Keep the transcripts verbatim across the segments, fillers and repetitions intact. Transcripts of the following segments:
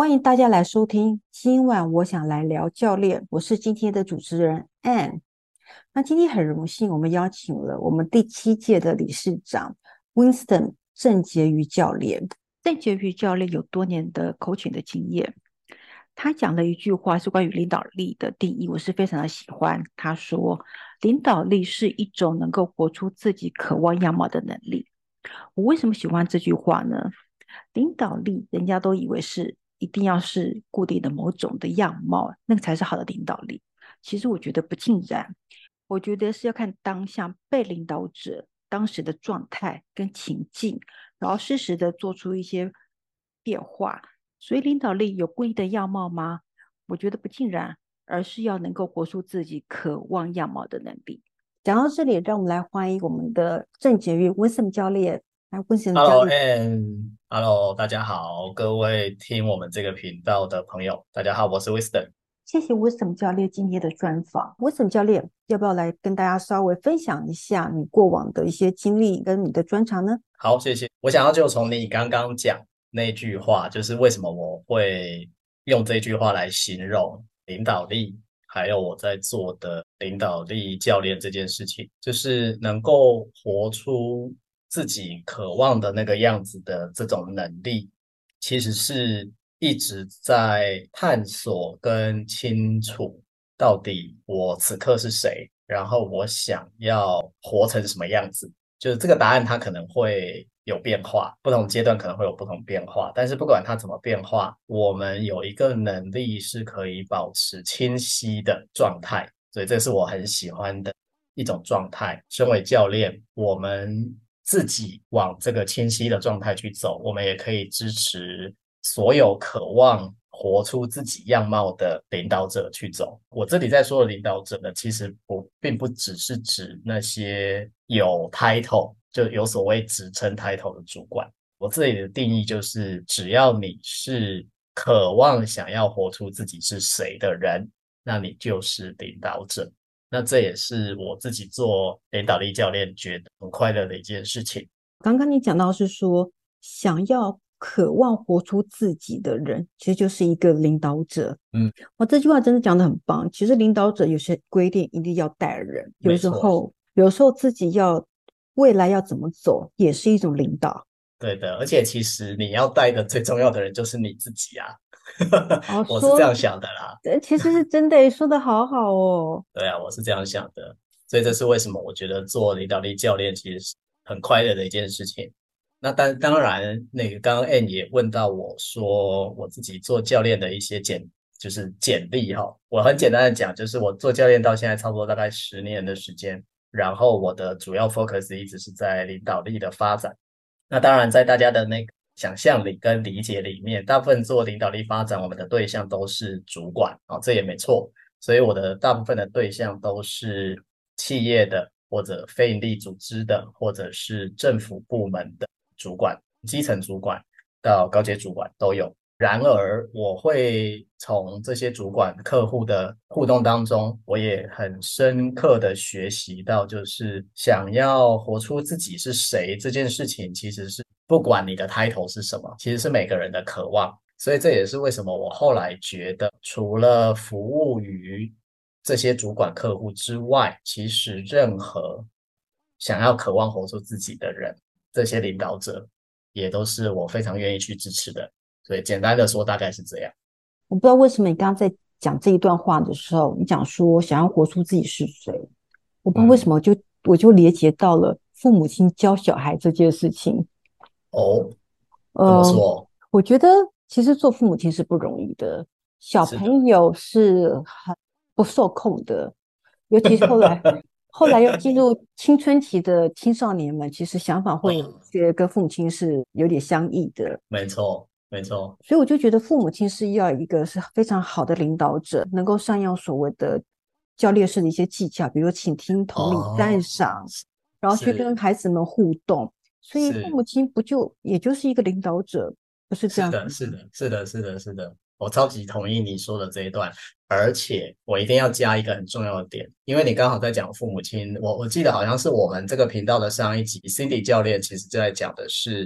欢迎大家来收听。今晚我想来聊教练，我是今天的主持人 Ann。那今天很荣幸，我们邀请了我们第七届的理事长 Winston 郑婕妤教练。郑婕妤教练有多年的 coaching 的经验，他讲了一句话是关于领导力的定义，我是非常的喜欢。他说，领导力是一种能够活出自己渴望样貌的能力。我为什么喜欢这句话呢？领导力，人家都以为是一定要是固定的某种的样貌，那个才是好的领导力。其实我觉得不尽然，我觉得是要看当下被领导者当时的状态跟情境，然后适时的做出一些变化。所以领导力有固定的样貌吗？我觉得不尽然，而是要能够活出自己渴望样貌的能力。讲到这里，让我们来欢迎我们的郑婕妤 Wilson 教练。来，Wilson 教 Hello, 练。 and Hello, 大家好，各位听我们这个频道的朋友，大家好，我是 Wisdom。 谢谢 Wisdom 教练今天的专访。Wisdom 教练，要不要来跟大家稍微分享一下你过往的一些经历跟你的专长呢？ 好，谢谢。我想要就从你刚刚讲那句话，就是为什么我会用这句话来形容领导力，还有我在做的领导力教练这件事情，就是能够活出自己渴望的那个样子的这种能力，其实是一直在探索跟清楚到底我此刻是谁，然后我想要活成什么样子。就是这个答案它可能会有变化，不同阶段可能会有不同变化，但是不管它怎么变化，我们有一个能力是可以保持清晰的状态，所以这是我很喜欢的一种状态。身为教练，我们自己往这个清晰的状态去走，我们也可以支持所有渴望活出自己样貌的领导者去走。我这里在说的领导者呢，其实不并不只是指那些有 title 就有所谓职称 title 的主管。我这里的定义就是，只要你是渴望想要活出自己是谁的人，那你就是领导者。那这也是我自己做领导力教练觉得很快乐的一件事情。 刚刚你讲到是说，想要渴望活出自己的人，其实就是一个领导者。 嗯， 哇，这句话真的讲得很棒。其实领导者有些规定一定要带人，有没错。 时候有时候自己要未来要怎么走，也是一种领导。 对的，而且其实你要带的最重要的人就是你自己啊， 哦， 我是这说， 样想的啦。 呃其实是真的耶，说的好好哦。 对啊，我是这样想的，所以这是为什么我觉得做领导力教练其实是很快乐的一件事情。那当当然，那个刚刚 Ann 也问到我说，我自己做教练的一些简就是简历哈，我很简单的讲，就是我做教练到现在差不多大概十年的时间，然后我的主要 focus 一直是在领导力的发展。那当然，在大家的那个想象力跟理解里面，大部分做领导力发展，我们的对象都是主管啊、哦，这也没错。所以我的大部分的对象都是企业的，或者非营利组织的，或者是政府部门的主管，基层主管到高阶主管都有。然而，我会从这些主管客户的互动当中，我也很深刻的学习到，就是想要活出自己是谁这件事情，其实是不管你的 title 是什么，其实是每个人的渴望。所以这也是为什么我后来觉得，除了服务于这些主管客户之外，其实任何想要渴望活出自己的人，这些领导者也都是我非常愿意去支持的。所以简单的说，大概是这样。 我不知道为什么你刚刚在讲这一段话的时候，你讲说想要活出自己是谁，我不知道为什嗯， 么就我就连接到了父母亲教小孩这件事情。 哦，怎么嗯， 说？ 我觉得其实做父母亲是不容易的，小是的， 朋友是很不受控的，尤其是后来后来要进入青春期的青少年们，其实想法会有哦， 些跟父母亲是有点相异的。 没错，没错， 所以我就觉得父母亲是要一个是非常好的领导者，能够善用所谓的教练式的一些技巧，比如倾听、同理、赞哦， 赏，然后去跟是孩子们互动。所以父是母亲不就也就是一个领导者，不是这是的， 样子吗？ 是的，是的，是的，是的，我超级同意你说的这一段，而且我一定要加一个很重要的点，因为你刚好在讲父母亲，我我记得好像是我们这个频道的上一集，Cindy 教练其实就在讲的是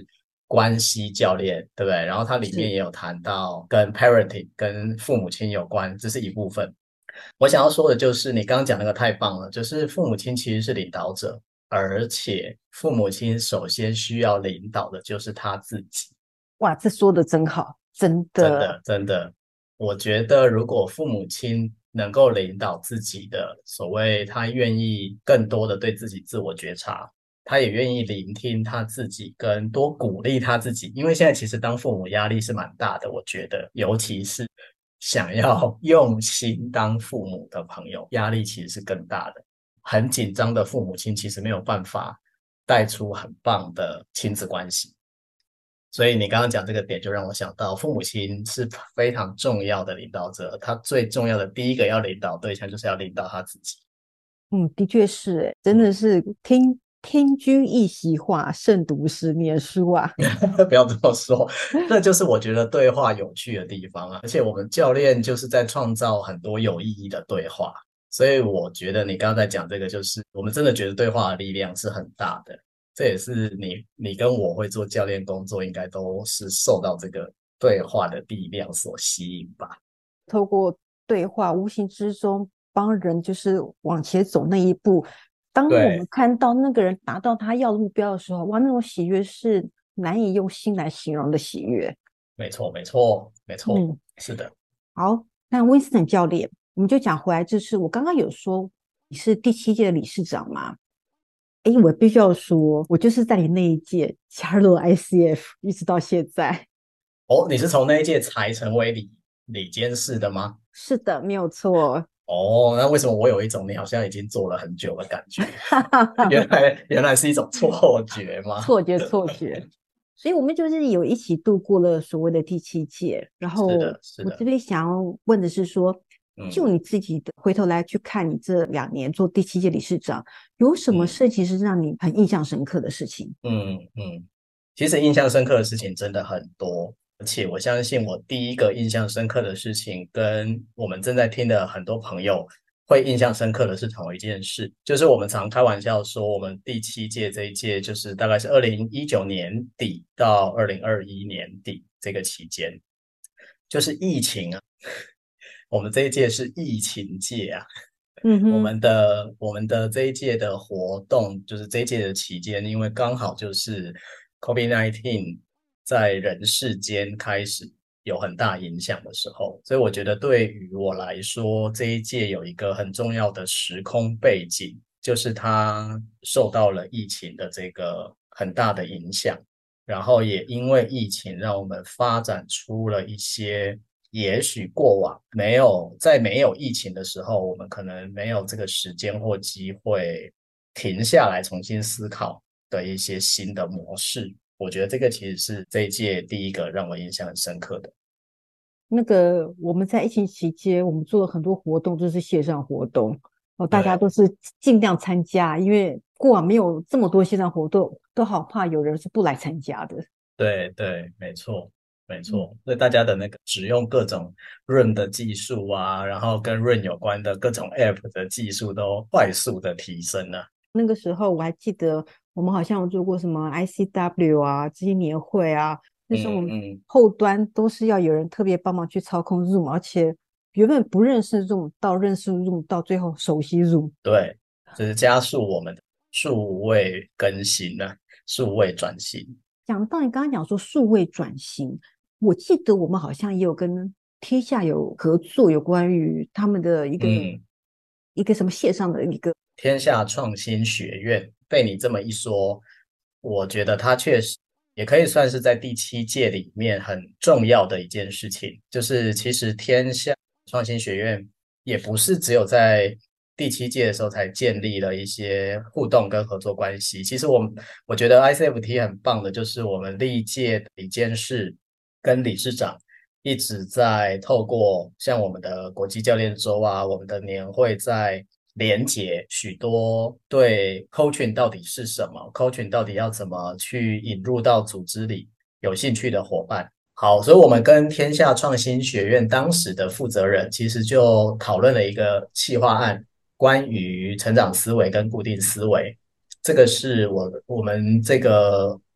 关系教练，对不对？然后它里面是。 也有谈到跟 parenting 跟父母亲有关，这是一部分。我想要说的就是你刚刚讲那个太棒了，就是父母亲其实是领导者，而且父母亲首先需要领导的就是他自己。 哇，这说的真好，真的。 真的，真的，我觉得如果父母亲能够领导自己的，所谓他愿意更多的对自己自我觉察，他也愿意聆听他自己，跟多鼓励他自己。因为现在其实当父母压力是蛮大的，我觉得，尤其是想要用心当父母的朋友，压力其实是更大的。很紧张的父母亲其实没有办法带出很棒的亲子关系。所以你刚刚讲这个点，就让我想到，父母亲是非常重要的领导者，他最重要的第一个要领导对象，就是要领导他自己。 嗯，的确是，诶真嗯， 的是听听君一席话，胜读十年书啊。 不要这么说，这就是我觉得对话有趣的地方啊。而且我们教练就是在创造很多有意义的对话，所以我觉得你刚刚在讲这个，就是我们真的觉得对话的力量是很大的。这也是你你跟我会做教练工作，应该都是受到这个对话的力量所吸引吧。 透过对话，无形之中帮人就是往前走那一步。当我们对， 看到那个人达到他要的目标的时候，哇，那种喜悦是难以用心来形容的喜悦。 没错，没错，没错， 嗯， 是的。 好，那 Winston 教练，我们就讲回来，就是我刚刚有说你是第七届的理事长嘛？诶，我必须要说，我就是在你那一届加入了 I C F，一直到现在。 哦，你是从那一届才成为理理监事的吗？ 是的，没有错。 哦，那为什么我有一种你好像已经做了很久的感觉？ 哈哈哈， 原来原来是一种错觉吗？ 错觉，错觉。所以我们就是有一起度过了所谓的第七届。然后是的，是的， 我这边想要问的是说，就嗯你自己的回头来去看你这两年做第七届理事长，有什么嗯事情是让你很印象深刻的事情？ 嗯嗯，其实印象深刻的事情真的很多，而且我相信我第一个印象深刻的事情，跟我们正在听的很多朋友会印象深刻的是同一件事，就是我们常开玩笑说，我们第七届这一届就是大概是二零一九年底到二零二一年底这个期间，就是疫情啊，我们这一届是疫情届啊。我嗯哼。 们的我们的这一届的活动，就是这一届的期间，因为刚好就是 COVID 十九 在人世间开始有很大影响的时候，所以我觉得对于我来说，这一届有一个很重要的时空背景，就是它受到了疫情的这个很大的影响，然后也因为疫情，让我们发展出了一些也许过往没有在没有疫情的时候，我们可能没有这个时间或机会停下来重新思考的一些新的模式。我觉得这个其实是这一届第一个让我印象很深刻的。 那个我们在疫情期间，我们做了很多活动，就是线上活动，哦，大家对都是尽量参加，因为过往没有这么多线上活动，都好怕有人是不来参加的。 对对，没错没嗯， 错。所以大家的那个使用各种 Run 的技术啊，然后跟 Run 有关的各种 App 的技术都快速的提升了。 那个时候我还记得，我们好像有做过什么 I C W 啊，这些年会啊，那时候我们嗯嗯， 后端都是要有人特别帮忙去操控 Zoom，而且原本不认识 Zoom，到认识 Zoom，到最后熟悉 Zoom。 对，就是加速我们的数位更新呢、数位转型。 讲到你刚刚讲说数位转型，我记得我们好像也有跟天下有合作，有关于他们的一个嗯， 一个什么线上的一个。 天下创新学院被你这么一说，我觉得它确实也可以算是在第七届里面很重要的一件事情。就是其实天下创新学院也不是只有在第七届的时候才建立了一些互动跟合作关系。其实我们我觉得 I C F T 很棒的，就是我们历届理监事跟理事长一直在透过像我们的国际教练周啊，我们的年会在连接许多对 coaching 到底是什么，coaching 到底要怎么去引入到组织里有兴趣的伙伴。好，所以我们跟天下创新学院当时的负责人其实就讨论了一个企划案，关于成长思维跟固定思维。这个是我我们这个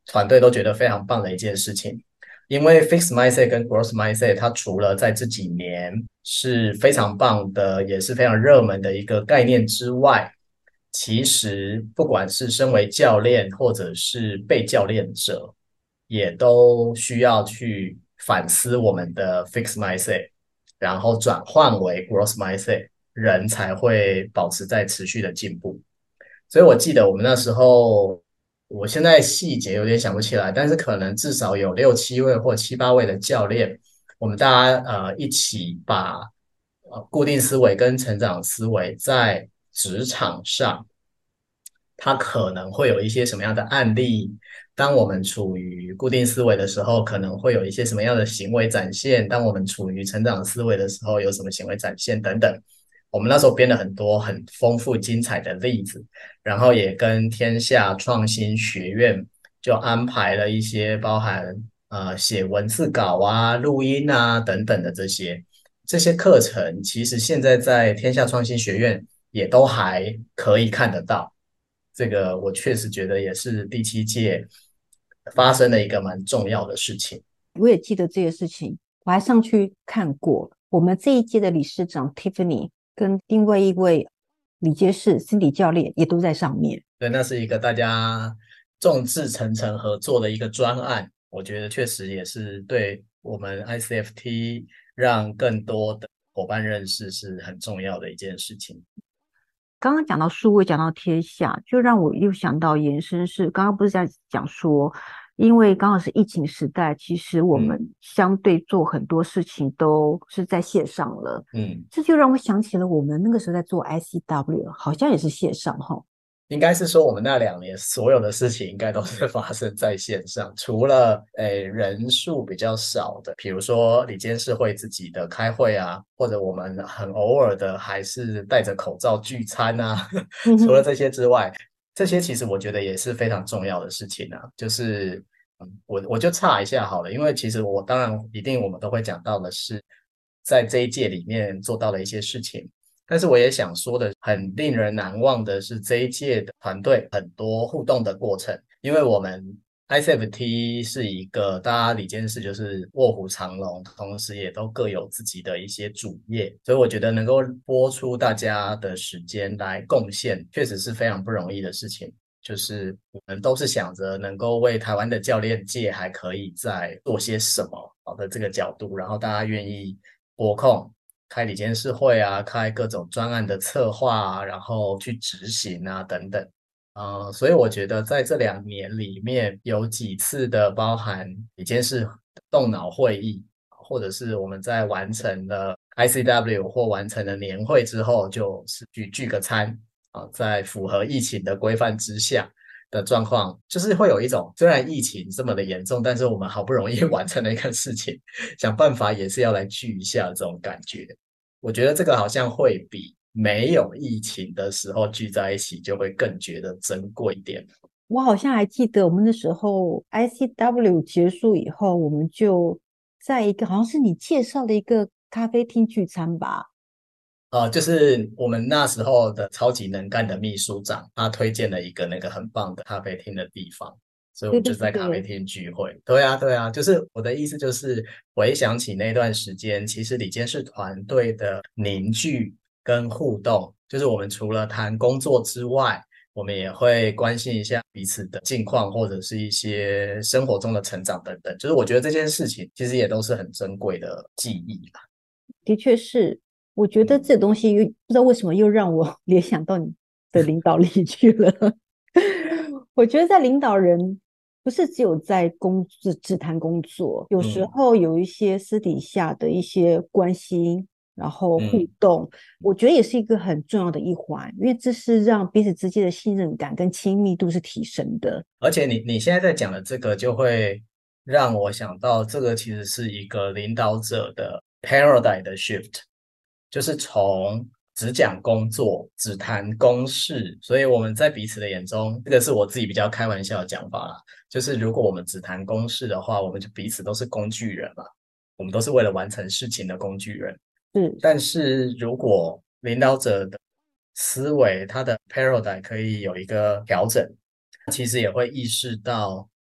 团队都觉得非常棒的一件事情。因为 Fixed Mindset 跟 Growth Mindset 它除了在这几年是非常棒的，也是非常热门的一个概念之外，其实不管是身为教练或者是被教练者，也都需要去反思我们的 Fixed Mindset，然后转换为 Growth Mindset，人才会保持在持续的进步。所以我记得我们那时候，我现在细节有点想不起来，但是可能至少有六七位或七八位的教练，我们大家呃一起把呃固定思维跟成长思维在职场上，它可能会有一些什么样的案例？当我们处于固定思维的时候，可能会有一些什么样的行为展现？当我们处于成长思维的时候，有什么行为展现等等。我们那时候编了很多很丰富精彩的例子，然后也跟天下创新学院就安排了一些包含呃写文字稿啊、录音啊等等的这些这些课程，其实现在在天下创新学院也都还可以看得到。这个我确实觉得也是第七届发生的一个蛮重要的事情。 我也记得这些事情，我还上去看过。我们这一届的理事长 Tiffany 跟另外一位李杰士 Cindy 教练也都在上面。 对，那是一个大家众志成城合作的一个专案，我觉得确实也是对我们 I C F T 让更多的伙伴认识是很重要的一件事情。 刚刚讲到数位，讲到天下，就让我又想到延伸是，刚刚不是在讲说，因为刚好是疫情时代，其实我们嗯相对做很多事情都是在线上了， 嗯， 这就让我想起了我们那个时候在做 I C W，好像也是线上哈。 应该是说我们那两年所有的事情应该都是发生在线上，除了诶人数比较少的，比如说理监事会自己的开会啊，或者我们很偶尔的还是戴着口罩聚餐啊， 嗯哼。 除了这些之外，这些其实我觉得也是非常重要的事情啊。就是嗯，我我就岔一下好了，因为其实我当然一定我们都会讲到的是在这一届里面做到了一些事情。但是我也想说的，很令人难忘的是这一届的团队很多互动的过程，因为我们 I C F T 是一个大家理监事就是卧虎藏龙，同时也都各有自己的一些主业，所以我觉得能够播出大家的时间来贡献，确实是非常不容易的事情。就是我们都是想着能够为台湾的教练界还可以再做些什么好的这个角度，然后大家愿意拨空开理监事会啊，开各种专案的策划啊，然后去执行啊等等。呃，所以我觉得在这两年里面有几次的包含理监事动脑会议，或者是我们在完成了 I C W 或完成了年会之后，就是去聚个餐啊，在符合疫情的规范之下的状况，就是会有一种虽然疫情这么的严重，但是我们好不容易完成了一个事情，想办法也是要来聚一下这种感觉。我觉得这个好像会比没有疫情的时候聚在一起就会更觉得珍贵一点。 我好像还记得我们那时候 I C W 结束以后，我们就在一个好像是你介绍的一个咖啡厅聚餐吧。 呃，就是我们那时候的超级能干的秘书长，他推荐了一个那个很棒的咖啡厅的地方，所以我对们就在咖啡对对对。 厅聚会。对啊，对啊，就是我的意思就是回想起那段时间，其实理监事团队的凝聚跟互动，就是我们除了谈工作之外，我们也会关心一下彼此的近况，或者是一些生活中的成长等等。就是我觉得这件事情其实也都是很珍贵的记忆啦。 的确是，我觉得嗯这东西又不知道为什么又让我联想到你的领导力去了。我觉得在领导人不是只有在工只只谈工作，有时嗯候有一些私底下的一些关心，然后互嗯。 动，我觉得也是一个很重要的一环，因为这是让彼此之间的信任感跟亲密度是提升的。 而且你你现在在讲的这个，就会让我想到，这个其实是一个领导者的 paradigm 的 shift，就是从只讲工作、只谈公事，所以我们在彼此的眼中，这个是我自己比较开玩笑的讲法啦，就是如果我们只谈公事的话，我们就彼此都是工具人嘛，我们都是为了完成事情的工具人。 是。 但是如果领导者的思维，他的 paradigm 可以有一个调整，其实也会意识到，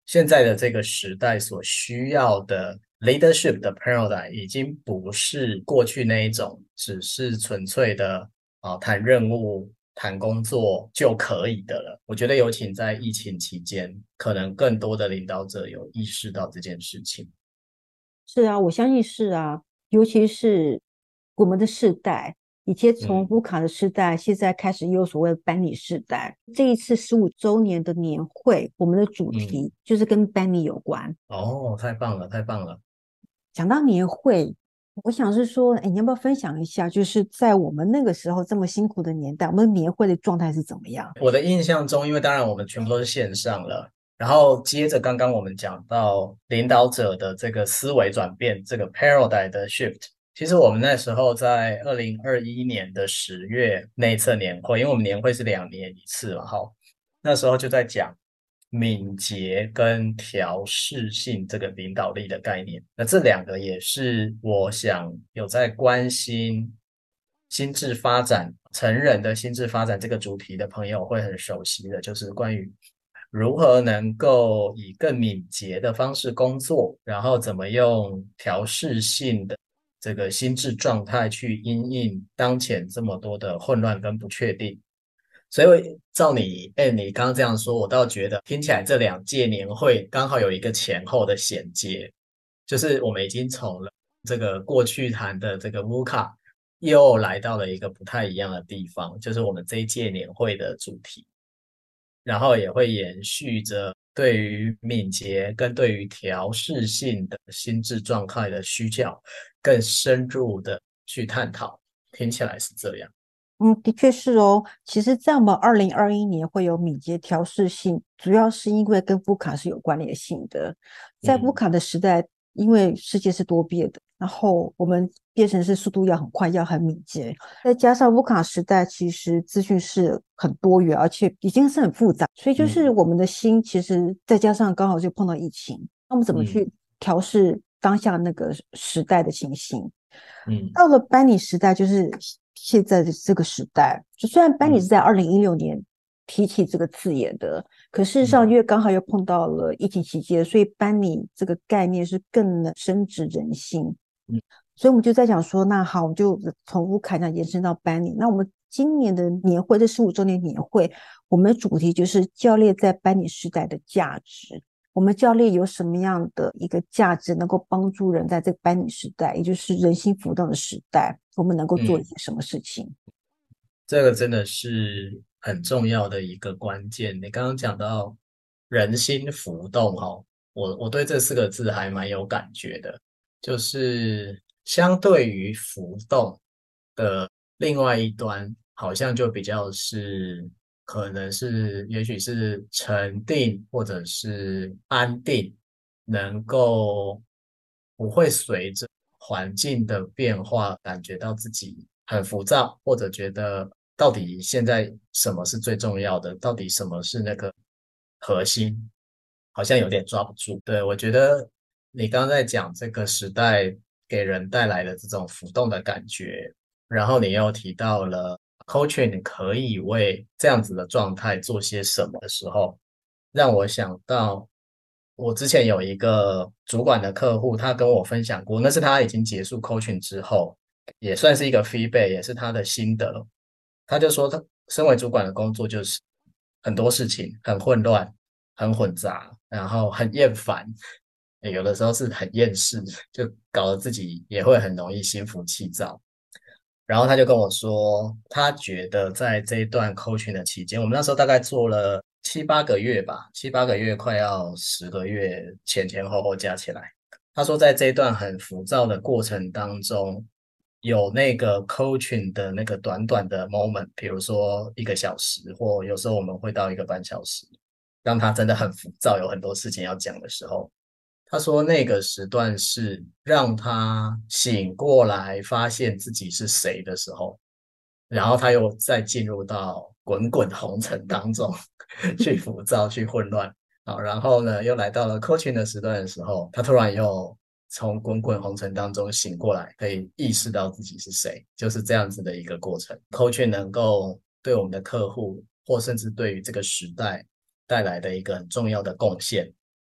现在的这个时代所需要的 leadership 的 paradigm 已经不是过去那一种只是纯粹的啊、谈任务、谈工作就可以的了。我觉得尤其在疫情期间，可能更多的领导者有意识到这件事情。 是啊，我相信是啊，尤其是我们的世代，以前从嗯乌卡的时代，现在开始也有所谓的班尼世代。这一次十五周年的年会，我们的主嗯， 题就是跟班尼有关。 哦，太棒了，太棒了。 讲到年会，我想是说，哎，你要不要分享一下，就是在我们那个时候这么辛苦的年代，我们年会的状态是怎么样？ 我的印象中，因为当然我们全部都是线上了，然后接着刚刚我们讲到领导者的这个思维转变，这个 paradigm 的 shift，其实我们那时候在二零二一年的十月内测年会，因为我们年会是两年一次嘛，哈，那时候就在讲敏捷跟调试性这个领导力的概念。那这两个也是我想有在关心心智发展、成人的心智发展这个主题的朋友会很熟悉的，就是关于如何能够以更敏捷的方式工作，然后怎么用调试性的这个心智状态去因应当前这么多的混乱跟不确定。所以照你，哎，你刚刚这样说，我倒觉得听起来这两届年会刚好有一个前后的衔接，就是我们已经从了这个过去谈的这个 V U C A 又来到了一个不太一样的地方，就是我们这一届年会的主题，然后也会延续着对于敏捷跟对于调试性的心智状态的需求，更深入的去探讨，听起来是这样。 嗯，的确是哦。其实，在我们二零二一年会有敏捷调试性，主要是因为跟布卡是有关联性的。在布嗯卡的时代，因为世界是多变的，然后我们变成是速度要很快，要很敏捷。再加上乌卡时代，其实资讯是很多元，而且已经是很复杂，所以就是嗯我们的心，其实再加上刚好就碰到疫情，那我们怎么去嗯调试当下那个时代的情形？ 嗯到了班尼时代，就是现在的这个时代，就虽然班尼是嗯在二零一六年提起这个字眼的，可事实上因嗯为刚好又碰到了疫情期间，所以班尼这个概念是更能深植人心。 嗯所以我们就在讲说，那好，我们就从乌坎那延伸到班尼。那我们今年的年会，这十五周年年会，我们的主题就是教练在班尼时代的价值。我们教练有什么样的一个价值，能够帮助人在这个班尼时代，也就是人心浮动的时代，我们能够做一嗯， 些什么事情？ 这个真的是很重要的一个关键。你刚刚讲到人心浮动哦，我我对这四个字还蛮有感觉的，就是相对于浮动的另外一端，好像就比较是可能是也许是沉定或者是安定，能够不会随着环境的变化感觉到自己很浮躁，或者觉得到底现在什么是最重要的，到底什么是那个核心，好像有点抓不住。对，我觉得你刚刚在讲这个时代给人带来的这种浮动的感觉，然后你又提到了 coaching 可以为这样子的状态做些什么的时候，让我想到我之前有一个主管的客户，他跟我分享过，那是他已经结束 coaching 之后，也算是一个 feedback，也是他的心得。他就说，他身为主管的工作就是很多事情很混乱、很混杂，然后很厌烦，有的时候是很厌世，就搞得自己也会很容易心浮气躁。然后他就跟我说，他觉得在这一段 coaching 的期间，我们那时候大概做了七八个月吧，七八个月，快要十个月，前前后后加起来。他说，在这一段很浮躁的过程当中，有那个 coaching 的那个短短的 moment，比如说一个小时，或有时候我们会到一个半小时，当他真的很浮躁，有很多事情要讲的时候，他说那个时段是让他醒过来，发现自己是谁的时候，然后他又再进入到滚滚红尘当中去浮躁、去混乱。好，然后呢，又来到了 coaching 的时段的时候，他突然又从滚滚红尘当中醒过来，可以意识到自己是谁，就是这样子的一个过程。coaching 能够对我们的客户，或甚至对于这个时代带来的一个很重要的贡献。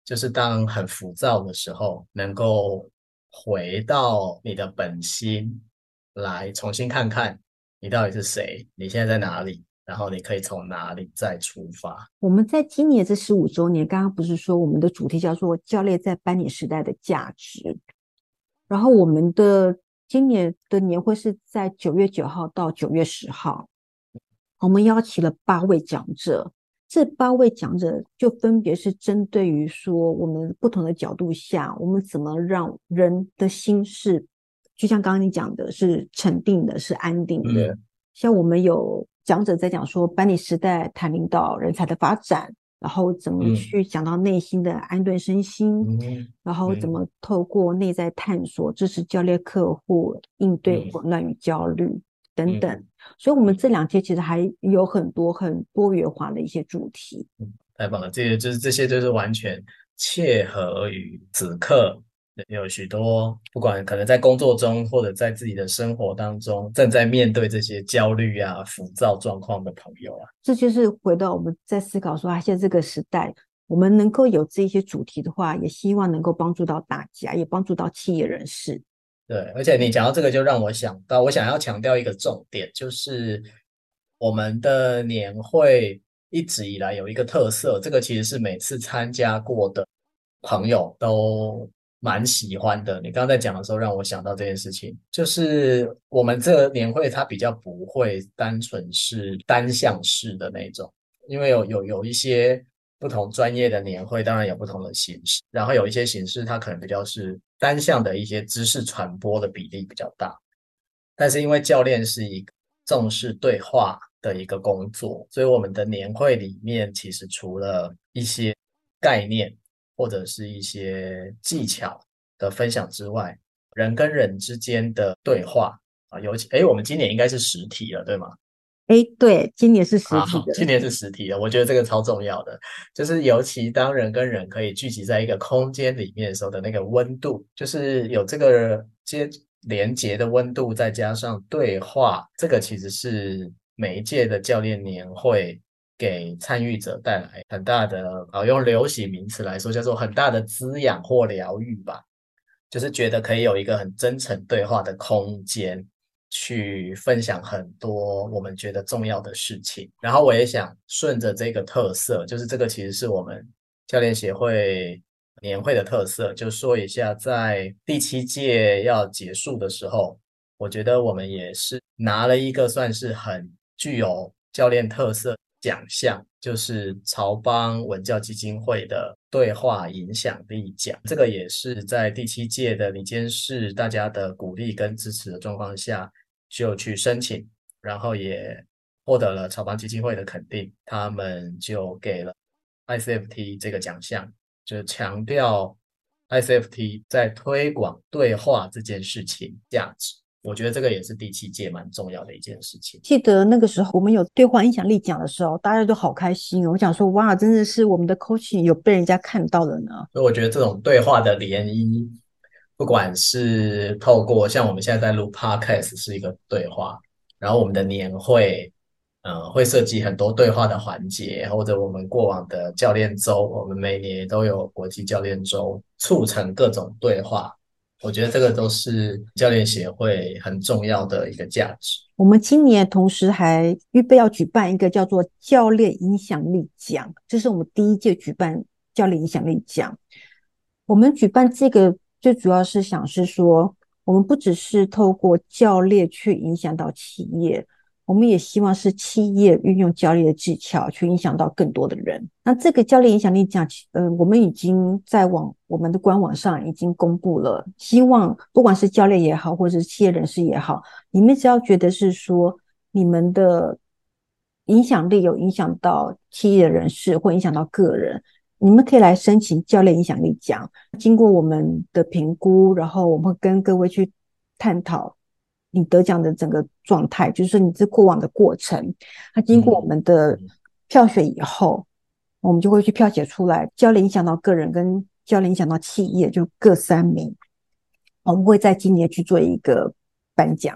就是当很浮躁的时候，能够回到你的本心，来重新看看你到底是谁，你现在在哪里，然后你可以从哪里再出发。 我们在今年这十五周年，刚刚不是说我们的主题叫做教练在班尼时代的价值，然后我们的今年的年会是在九月九号到九月十号，我们邀请了八位讲者，这八位讲者就分别是针对于说我们不同的角度下，我们怎么让人的心是，就像刚刚你讲的，是沉定的，是安定的。 嗯像我们有讲者在讲说班尼时代谈领导人才的发展，然后怎么嗯去讲到内心的安顿身心， 嗯然后怎嗯么透过内在探索支持教练客户应对嗯混乱与焦虑等等。 嗯所以我们这两天其实还有很多很多元化的一些主题。 嗯，太棒了！这些就是这些就是完全切合于此刻，有许多不管可能在工作中或者在自己的生活当中正在面对这些焦虑啊、浮躁状况的朋友啊。 这就是回到我们在思考说，啊，现在这个时代，我们能够有这些主题的话，也希望能够帮助到大家，也帮助到企业人士。 对，而且你讲到这个，就让我想到，我想要强调一个重点，就是我们的年会一直以来有一个特色，这个其实是每次参加过的朋友都蛮喜欢的。你刚刚在讲的时候，让我想到这件事情，就是我们这个年会它比较不会单纯是单向式的那种，因为有有有一些不同专业的年会，当然有不同的形式，然后有一些形式它可能比较是单向的一些知识传播的比例比较大，但是因为教练是一个重视对话的一个工作，所以我们的年会里面其实除了一些概念或者是一些技巧的分享之外，人跟人之间的对话啊，尤其诶，我们今年应该是实体了，对吗？ 哎，对，今年是实啊， 体的。 今年是实体的，我觉得这个超重要的，就是尤其当人跟人可以聚集在一个空间里面的时候的那个温度，就是有这个接连接的温度，再加上对话，这个其实是每一届的教练年会给参与者带来很大的，啊，用流行名词来说，叫做很大的滋养或疗愈吧。就是觉得可以有一个很真诚对话的空间，去分享很多我们觉得重要的事情。然后我也想顺着这个特色，就是这个其实是我们教练协会年会的特色，就说一下，在第七届要结束的时候，我觉得我们也是拿了一个算是很具有教练特色奖项，就是曹邦文教基金会的对话影响力奖。这个也是在第七届的理监事大家的鼓励跟支持的状况下，就去申请，然后也获得了曹邦基金会的肯定，他们就给了 I C F T 这个奖项，就强调 I C F T 在推广对话这件事情价值。我觉得这个也是第七届蛮重要的一件事情。 记得那个时候我们有对话影响力奖的时候，大家都好开心哦。我想说，哇，真的是我们的 coaching 有被人家看到了呢。 所以我觉得这种对话的涟漪，不管是透过像我们现在在录 podcast 是一个对话，然后我们的年会，呃，会涉及很多对话的环节，或者我们过往的教练周，我们每年都有国际教练周，促成各种对话。我觉得这个都是教练协会很重要的一个价值。 我们今年同时还预备要举办一个叫做教练影响力奖，这是我们第一届举办教练影响力奖。我们举办这个最主要是想是说，我们不只是透过教练去影响到企业，我们也希望是企业运用教练的技巧去影响到更多的人。那这个教练影响力奖，呃，我们已经在网我们的官网上已经公布了，希望不管是教练也好，或者是企业人士也好，你们只要觉得是说你们的影响力有影响到企业人士或影响到个人，你们可以来申请教练影响力奖。经过我们的评估，然后我们会跟各位去探讨你得奖的整个状态，就是你这过往的过程。那经过我们的票选以后，我们就会去票选出来教练影响到个人跟教练影响到企业，就各三名。我们会在今年去做一个颁奖。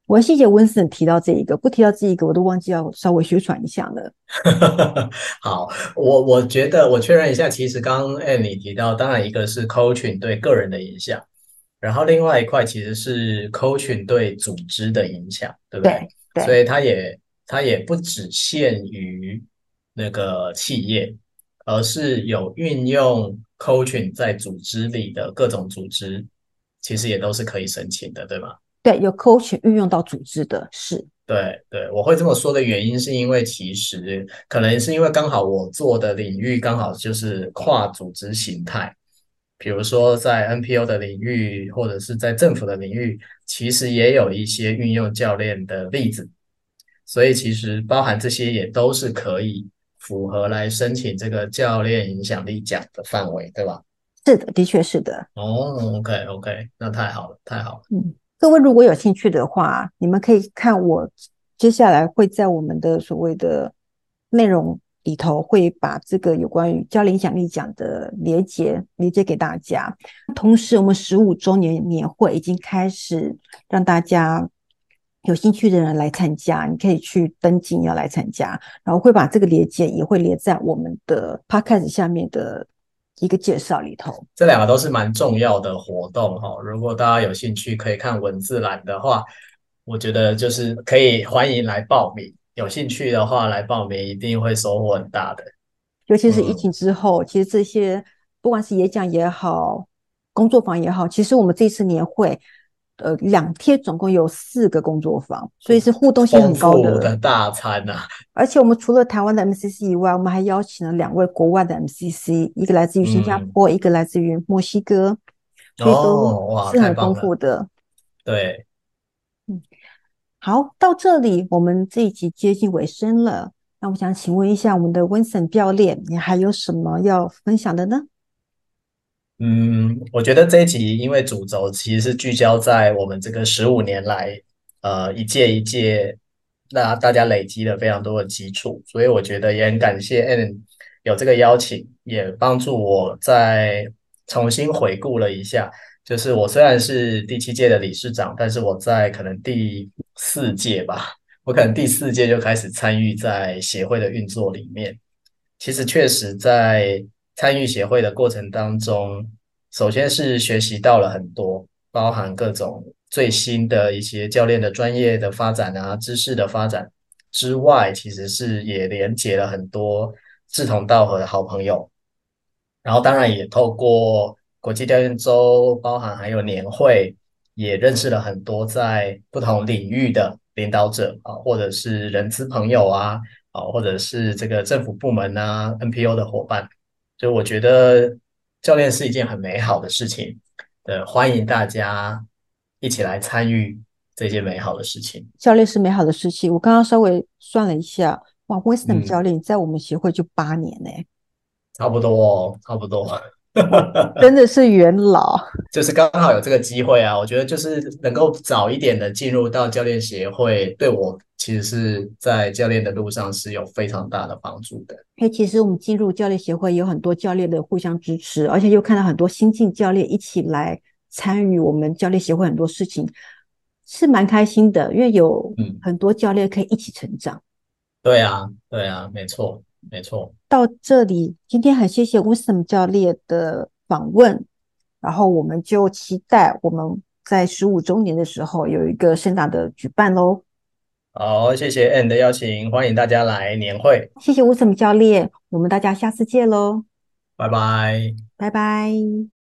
我谢谢温森提到这一个，不提到这一个，我都忘记要稍微宣传一下了。 好，我我觉得我确认一下，其实刚刚 a 你提到，当然一个是 coaching 对个人的影响，然后另外一块其实是 coaching 对组织的影响，对不对？ 对对， 所以它也它也不只限于那个企业，而是有运用 coaching 在组织里的各种组织，其实也都是可以申请的，对吗？ 对，有 coach 运用到组织的是， 对对，我会这么说的原因是因为其实可能是因为刚好我做的领域刚好就是跨组织形态，比如说在 N P O 的领域或者是在政府的领域，其实也有一些运用教练的例子，所以其实包含这些也都是可以符合来申请这个教练影响力奖的范围，对吧？ 是的，的确是的。 哦，OK OK，那太好了，太好了。 嗯，各位如果有兴趣的话，你们可以看我接下来会在我们的所谓的内容里头，会把这个有关于教练影响力奖的连结连接给大家。同时，我们十五周年年会已经开始让大家有兴趣的人来参加，你可以去登记要来参加，然后会把这个连接也会连在我们的 podcast 下面的一个介绍里头。 这两个都是蛮重要的活动哈，如果大家有兴趣可以看文字栏的话，我觉得就是可以欢迎来报名，有兴趣的话来报名一定会收获很大的。 尤其是疫嗯， 情之后，其实这些不管是演讲也好，工作坊也好，其实我们这次年会，呃，两天总共有四个工作坊，所以是互动性丰很高的。 富的大餐呐、啊。 而且我们除了台湾的 M C C 以外，我们还邀请了两位国外的 M C C，一个来自于新加嗯， 坡，一个来自于墨西哥，所以都哦，哇， 是很丰太棒了。 富的。 对， 嗯，好，到这里我们这一集接近尾声了。那我想请问一下我们的温森教练，你还有什么要分享的呢？ 嗯，我觉得这一集因为主轴其实是聚焦在我们这个十五年来，呃，一届一届，那大家累积了非常多的基础，所以我觉得也很感谢 N 有这个邀请，也帮助我再重新回顾了一下，就是我虽然是第七届的理事长，但是我在可能第四届吧，我可能第四届就开始参与在协会的运作里面。其实确实在参与协会的过程当中，首先是学习到了很多，包含各种最新的一些教练的专业的发展啊、知识的发展之外，其实是也连接了很多志同道合的好朋友。然后当然也透过国际教练周，包含还有年会，也认识了很多在不同领域的领导者啊，或者是人资朋友啊，啊，或者是这个政府部门啊、N P O 的伙伴。所以我觉得教练是一件很美好的事情，呃，欢迎大家一起来参与这件美好的事情。 教练是美好的事情。我刚刚稍微算了一下，哇，Wisdom 教嗯， 练在我们协会就八年呢， 差不多哦，差不多。 真的是元老。 就是刚好有这个机会啊，我觉得就是能够早一点的进入到教练协会，对我其实是在教练的路上是有非常大的帮助的。 因为其实我们进入教练协会有很多教练的互相支持，而且又看到很多新进教练一起来参与我们教练协会很多事情，是蛮开心的。因为有嗯， 很多教练可以一起成长。 对啊，对啊，没错，没错。 到这里，今天很谢谢 Wisdom 教练的访问，然后我们就期待我们在十五周年的时候有一个盛大的举办喽。 好，谢谢 N 的邀请，欢迎大家来年会， 谢谢 Wisdom 教练，我们大家下次见喽， 拜拜。 拜拜。